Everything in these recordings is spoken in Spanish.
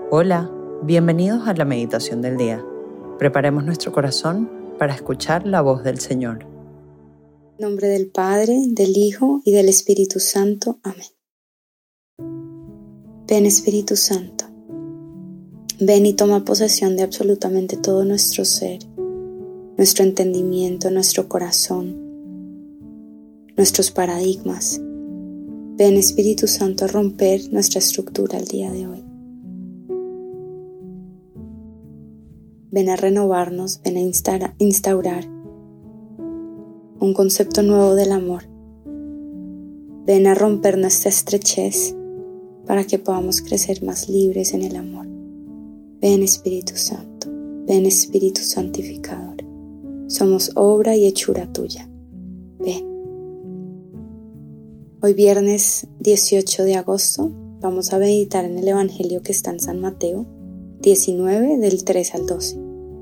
Hola, bienvenidos a la meditación del día. Preparemos nuestro corazón para escuchar la voz del Señor. En nombre del Padre, del Hijo y del Espíritu Santo. Amén. Ven, Espíritu Santo. Ven y toma posesión de absolutamente todo nuestro ser, nuestro entendimiento, nuestro corazón, nuestros paradigmas. Ven, Espíritu Santo, a romper nuestra estructura el día de hoy. Ven a renovarnos, ven a instaurar un concepto nuevo del amor. Ven a romper nuestra estrechez para que podamos crecer más libres en el amor. Ven, Espíritu Santo, ven, Espíritu Santificador. Somos obra y hechura tuya. Ven. Hoy viernes 18 de agosto vamos a meditar en el Evangelio que está en San Mateo 19 del 3 al 12.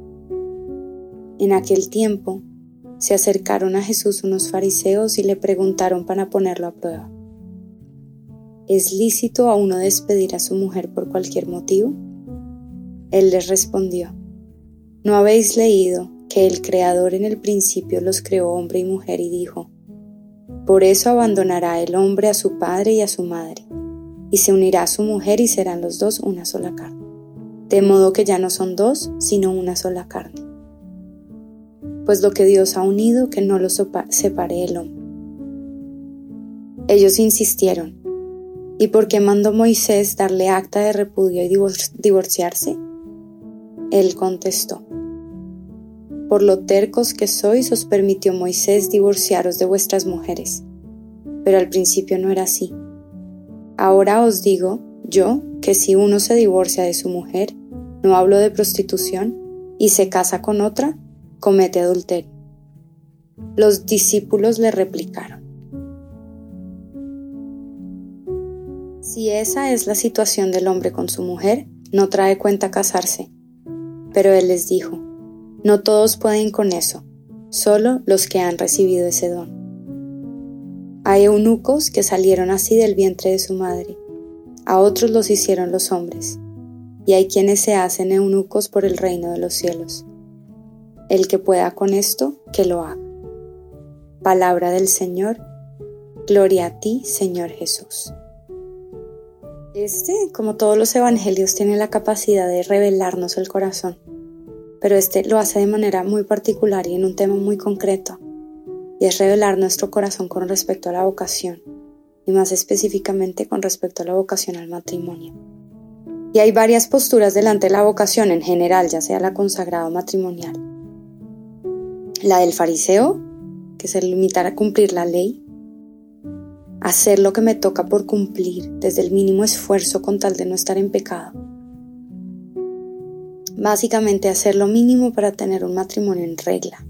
En aquel tiempo se acercaron a Jesús unos fariseos y le preguntaron para ponerlo a prueba: ¿es lícito a uno despedir a su mujer por cualquier motivo? Él les respondió: ¿no habéis leído que el Creador en el principio los creó hombre y mujer y dijo: por eso abandonará el hombre a su padre y a su madre, y se unirá a su mujer y serán los dos una sola carne? De modo que ya no son dos, sino una sola carne. Pues lo que Dios ha unido, que no lo separe el hombre. Ellos insistieron: ¿y por qué mandó Moisés darle acta de repudio y divorciarse? Él contestó: por lo tercos que sois, os permitió Moisés divorciaros de vuestras mujeres, pero al principio no era así. Ahora os digo yo que si uno se divorcia de su mujer, no hablo de prostitución, y se casa con otra, comete adulterio. Los discípulos le replicaron: si esa es la situación del hombre con su mujer, no trae cuenta casarse. Pero él les dijo: no todos pueden con eso, solo los que han recibido ese don. Hay eunucos que salieron así del vientre de su madre, a otros los hicieron los hombres, y hay quienes se hacen eunucos por el reino de los cielos. El que pueda con esto, que lo haga. Palabra del Señor. Gloria a ti, Señor Jesús. Como todos los evangelios, tiene la capacidad de revelarnos el corazón, pero lo hace de manera muy particular y en un tema muy concreto, y es revelar nuestro corazón con respecto a la vocación, y más específicamente con respecto a la vocación al matrimonio. Y hay varias posturas delante de la vocación en general, ya sea la consagrada o matrimonial. La del fariseo, que se limita a cumplir la ley, hacer lo que me toca por cumplir, desde el mínimo esfuerzo con tal de no estar en pecado. Básicamente hacer lo mínimo para tener un matrimonio en regla.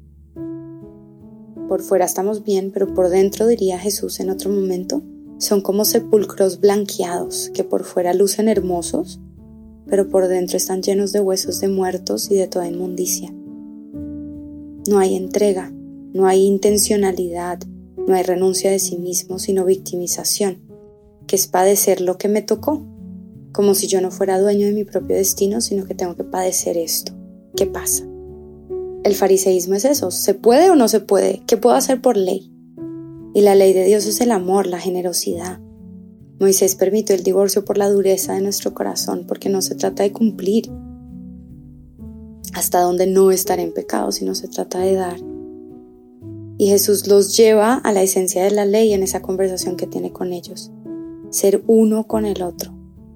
Por fuera estamos bien, pero por dentro, diría Jesús en otro momento, son como sepulcros blanqueados que por fuera lucen hermosos, pero por dentro están llenos de huesos de muertos y de toda inmundicia. No hay entrega, no hay intencionalidad, no hay renuncia de sí mismo, sino victimización, que es padecer lo que me tocó, como si yo no fuera dueño de mi propio destino, sino que tengo que padecer esto. ¿Qué pasa? El fariseísmo es eso: ¿se puede o no se puede? ¿Qué puedo hacer por ley? Y la ley de Dios es el amor, la generosidad. Moisés permitió el divorcio por la dureza de nuestro corazón, porque no se trata de cumplir hasta donde no estar en pecado, sino se trata de dar. Y Jesús los lleva a la esencia de la ley en esa conversación que tiene con ellos: ser uno con el otro.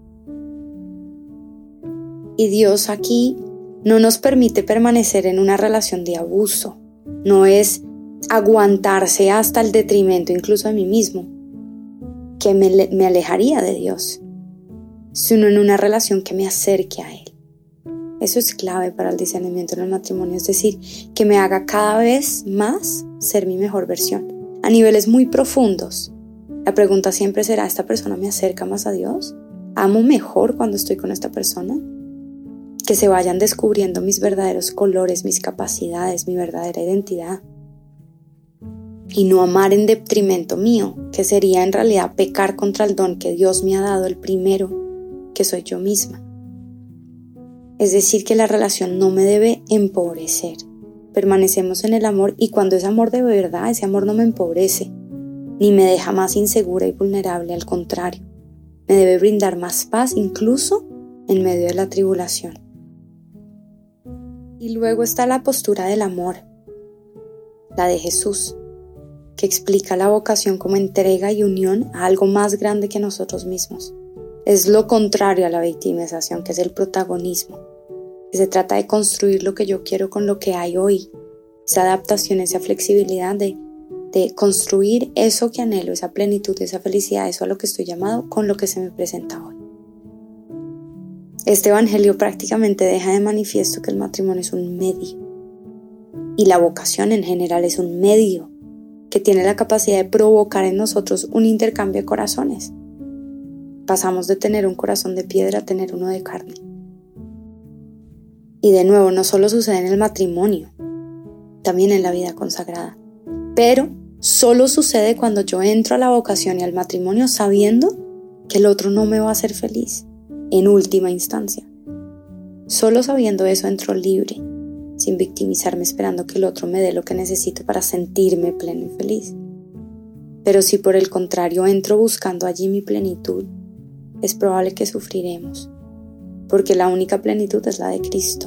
Y Dios aquí no nos permite permanecer en una relación de abuso. No es aguantarse hasta el detrimento incluso de mí mismo, que me alejaría de Dios, sino en una relación que me acerque a Él. Eso es clave para el discernimiento en el matrimonio, es decir, que me haga cada vez más ser mi mejor versión, a niveles muy profundos. La pregunta siempre será: ¿esta persona me acerca más a Dios? ¿Amo mejor cuando estoy con esta persona? Que se vayan descubriendo mis verdaderos colores, mis capacidades, mi verdadera identidad. Y no amar en detrimento mío, que sería en realidad pecar contra el don que Dios me ha dado, el primero, que soy yo misma. Es decir, que la relación no me debe empobrecer. Permanecemos en el amor y cuando es amor de verdad, ese amor no me empobrece, ni me deja más insegura y vulnerable, al contrario, me debe brindar más paz incluso en medio de la tribulación. Y luego está la postura del amor, la de Jesús, que explica la vocación como entrega y unión a algo más grande que nosotros mismos. Es lo contrario a la victimización, que es el protagonismo, que se trata de construir lo que yo quiero con lo que hay hoy, esa adaptación, esa flexibilidad de construir eso que anhelo, esa plenitud, esa felicidad, eso a lo que estoy llamado, con lo que se me presenta hoy. Este evangelio prácticamente deja de manifiesto que el matrimonio es un medio y la vocación en general es un medio que tiene la capacidad de provocar en nosotros un intercambio de corazones. Pasamos de tener un corazón de piedra a tener uno de carne. Y de nuevo, no solo sucede en el matrimonio, también en la vida consagrada, pero solo sucede cuando yo entro a la vocación y al matrimonio sabiendo que el otro no me va a hacer feliz, en última instancia. Solo sabiendo eso entro libre, sin victimizarme esperando que el otro me dé lo que necesito para sentirme pleno y feliz. Pero si por el contrario entro buscando allí mi plenitud, es probable que sufriremos, porque la única plenitud es la de Cristo.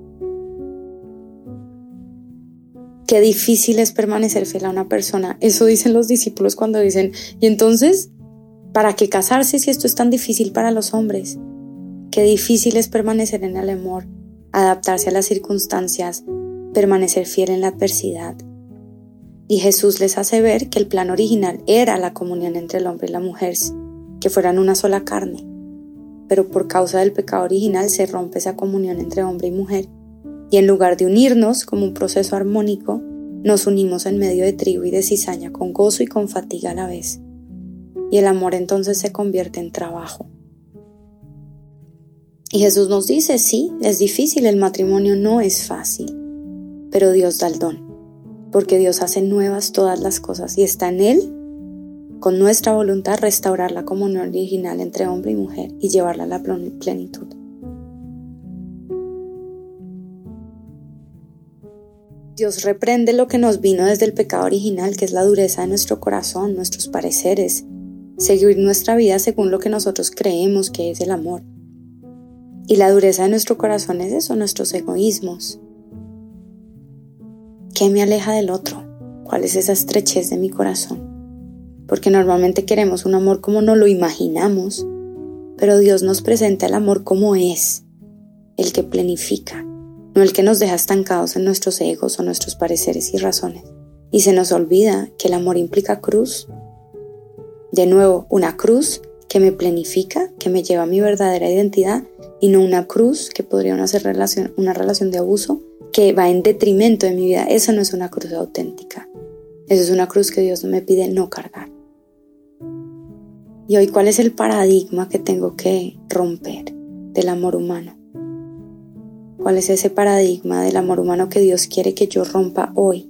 Qué difícil es permanecer fiel a una persona. Eso dicen los discípulos cuando dicen, ¿y entonces para qué casarse si esto es tan difícil para los hombres? Qué difícil es permanecer en el amor, adaptarse a las circunstancias, permanecer fiel en la adversidad. Y Jesús les hace ver que el plan original era la comunión entre el hombre y la mujer, que fueran una sola carne. Pero por causa del pecado original se rompe esa comunión entre hombre y mujer. Y en lugar de unirnos como un proceso armónico, nos unimos en medio de trigo y de cizaña, con gozo y con fatiga a la vez. Y el amor entonces se convierte en trabajo. Y Jesús nos dice, sí, es difícil, el matrimonio no es fácil, pero Dios da el don, porque Dios hace nuevas todas las cosas y está en Él, con nuestra voluntad, restaurar la comunión original entre hombre y mujer y llevarla a la plenitud. Dios reprende lo que nos vino desde el pecado original, que es la dureza de nuestro corazón, nuestros pareceres, seguir nuestra vida según lo que nosotros creemos que es el amor. Y la dureza de nuestro corazón es eso, nuestros egoísmos. ¿Qué me aleja del otro? ¿Cuál es esa estrechez de mi corazón? Porque normalmente queremos un amor como no lo imaginamos, pero Dios nos presenta el amor como es, el que plenifica, no el que nos deja estancados en nuestros egos o nuestros pareceres y razones. Y se nos olvida que el amor implica cruz. De nuevo, una cruz que me plenifica, que me lleva a mi verdadera identidad, y no una cruz que podría ser una relación de abuso que va en detrimento de mi vida. Eso no es una cruz auténtica. Eso es una cruz que Dios me pide no cargar. Y hoy, ¿cuál es el paradigma que tengo que romper del amor humano? ¿Cuál es ese paradigma del amor humano que Dios quiere que yo rompa hoy?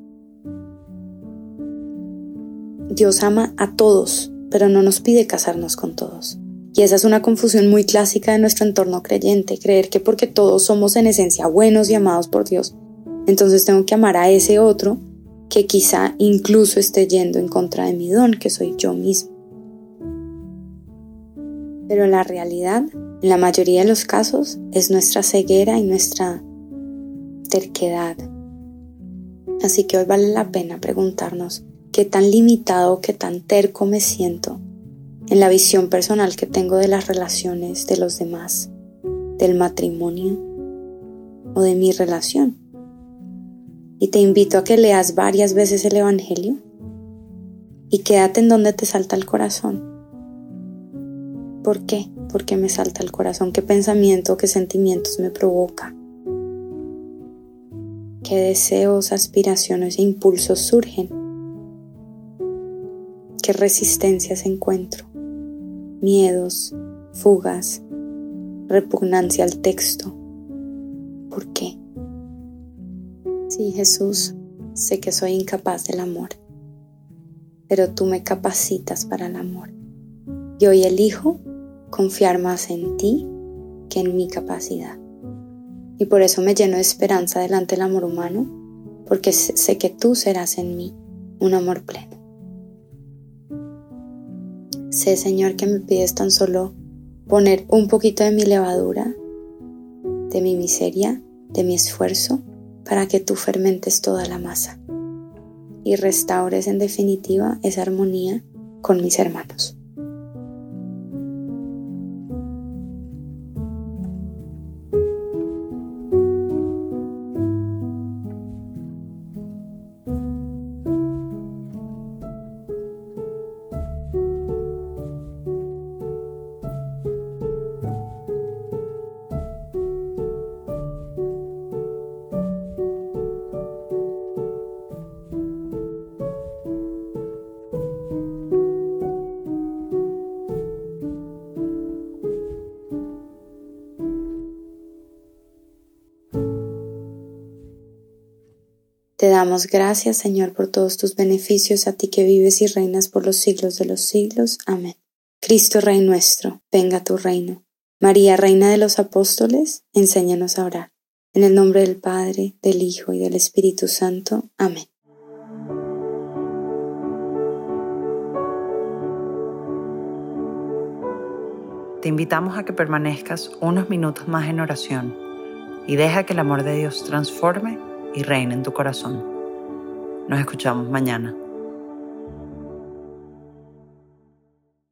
Dios ama a todos, pero no nos pide casarnos con todos. Y esa es una confusión muy clásica de nuestro entorno creyente, creer que porque todos somos en esencia buenos y amados por Dios, entonces tengo que amar a ese otro que quizá incluso esté yendo en contra de mi don, que soy yo mismo. Pero la realidad, en la mayoría de los casos, es nuestra ceguera y nuestra terquedad. Así que hoy vale la pena preguntarnos qué tan limitado, qué tan terco me siento en la visión personal que tengo de las relaciones de los demás, del matrimonio o de mi relación. Y te invito a que leas varias veces el Evangelio y quédate en donde te salta el corazón. ¿Por qué? ¿Por qué me salta el corazón? ¿Qué pensamiento, qué sentimientos me provoca? ¿Qué deseos, aspiraciones e impulsos surgen? ¿Qué resistencias encuentro? Miedos, fugas, repugnancia al texto. ¿Por qué? Sí, Jesús, sé que soy incapaz del amor, pero tú me capacitas para el amor. Y hoy elijo confiar más en ti que en mi capacidad. y por eso me lleno de esperanza delante del amor humano, porque sé que tú serás en mí un amor pleno. Sé, Señor, que me pides tan solo poner un poquito de mi levadura, de mi miseria, de mi esfuerzo, para que tú fermentes toda la masa y restaures en definitiva esa armonía con mis hermanos. Te damos gracias, Señor, por todos tus beneficios, a ti que vives y reinas por los siglos de los siglos. Amén. Cristo, Rey nuestro, venga a tu reino. María, Reina de los Apóstoles, enséñanos a orar. En el nombre del Padre, del Hijo y del Espíritu Santo. Amén. Te invitamos a que permanezcas unos minutos más en oración y deja que el amor de Dios transforme y reine en tu corazón. Nos escuchamos mañana.